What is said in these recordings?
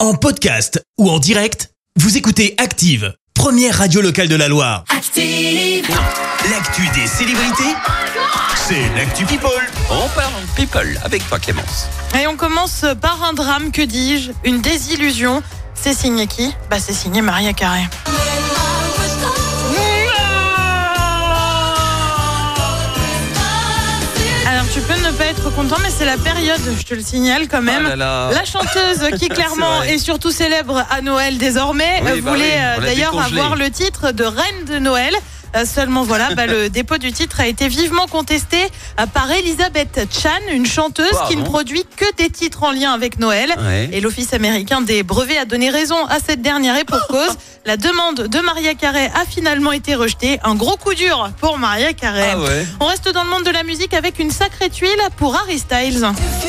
En podcast ou en direct, vous écoutez Active, première radio locale de la Loire. Active, l'actu des célébrités, c'est l'actu People. On parle People avec toi Clémence. Et on commence par un drame, que dis-je, une désillusion. C'est signé qui ? C'est signé Mariah Carey. Alors tu peux ne pas être content, mais c'est la période, je te le signale quand même. Oh là là. La chanteuse qui clairement est surtout célèbre à Noël désormais voulait d'ailleurs avoir le titre de reine de Noël. Seulement voilà, le dépôt du titre a été vivement contesté par Elizabeth Chan, une chanteuse qui ne produit que des titres en lien avec Noël. Ouais. Et l'Office américain des brevets a donné raison à cette dernière et pour cause. La demande de Mariah Carey a finalement été rejetée. Un gros coup dur pour Mariah Carey. Ah ouais. On reste dans le monde de la musique avec une sacrée tuile pour Harry Styles.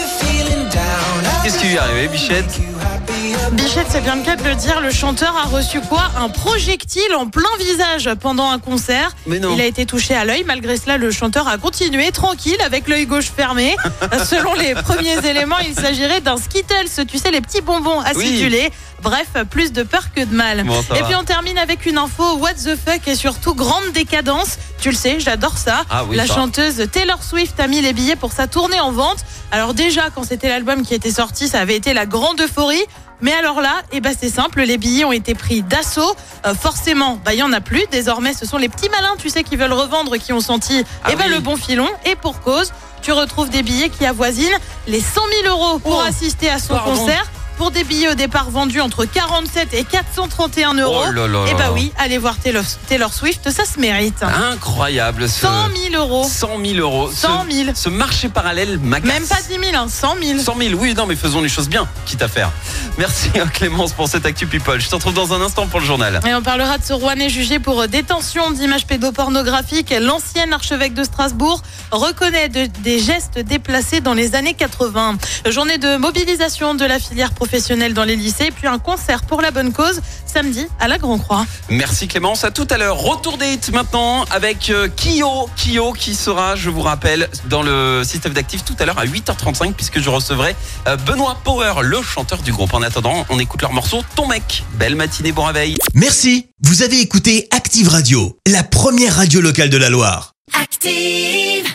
Qu'est-ce qui lui est arrivé, Bichette? Bichette, c'est bien le cas de le dire, le chanteur a reçu quoi ? Un projectile en plein visage pendant un concert. Mais non. Il a été touché à l'œil. Malgré cela, le chanteur a continué tranquille avec l'œil gauche fermé. Selon les premiers éléments, il s'agirait d'un Skittles, tu sais, les petits bonbons acidulés. Bref, plus de peur que de mal. Bon, et puis on termine avec une info what the fuck et surtout grande décadence. Tu le sais, j'adore ça. Ah oui, la ça. chanteuse Taylor Swift a mis les billets pour sa tournée en vente. Alors déjà, quand c'était l'album qui était sorti, ça avait été la grande euphorie. Mais alors là, c'est simple, les billets ont été pris d'assaut. Forcément, il y en a plus. Désormais, ce sont les petits malins, tu sais, qui veulent revendre, qui ont senti le bon filon. Et pour cause, tu retrouves des billets qui avoisinent les 100 000 euros pour assister à son concert. Pour des billets au départ vendus entre 47 et 431 euros. Oh là là. Allez voir Taylor Swift, ça se mérite. Incroyable. 100 000 euros. 100 000 euros. 100 000. Ce marché parallèle m'agace. Même pas 10 000, 100 000. 100 000, oui, non, mais faisons les choses bien, quitte à faire. Merci Clémence pour cette Actu People. Je te retrouve dans un instant pour le journal. Et on parlera de ce Rouennais jugé pour détention d'images pédopornographiques. L'ancien archevêque de Strasbourg reconnaît des gestes déplacés dans les années 80. Journée de mobilisation de la filière professionnelle dans les lycées, puis un concert pour la bonne cause samedi à la Grand-Croix. Merci Clémence, à tout à l'heure. Retour des hits maintenant avec Kyo qui sera, je vous rappelle, dans le système d'actifs tout à l'heure à 8h35 puisque je recevrai Benoît Power, le chanteur du groupe. En attendant, on écoute leur morceau Ton mec. Belle matinée, bon réveil. Merci, vous avez écouté Active Radio, la première radio locale de la Loire. Active.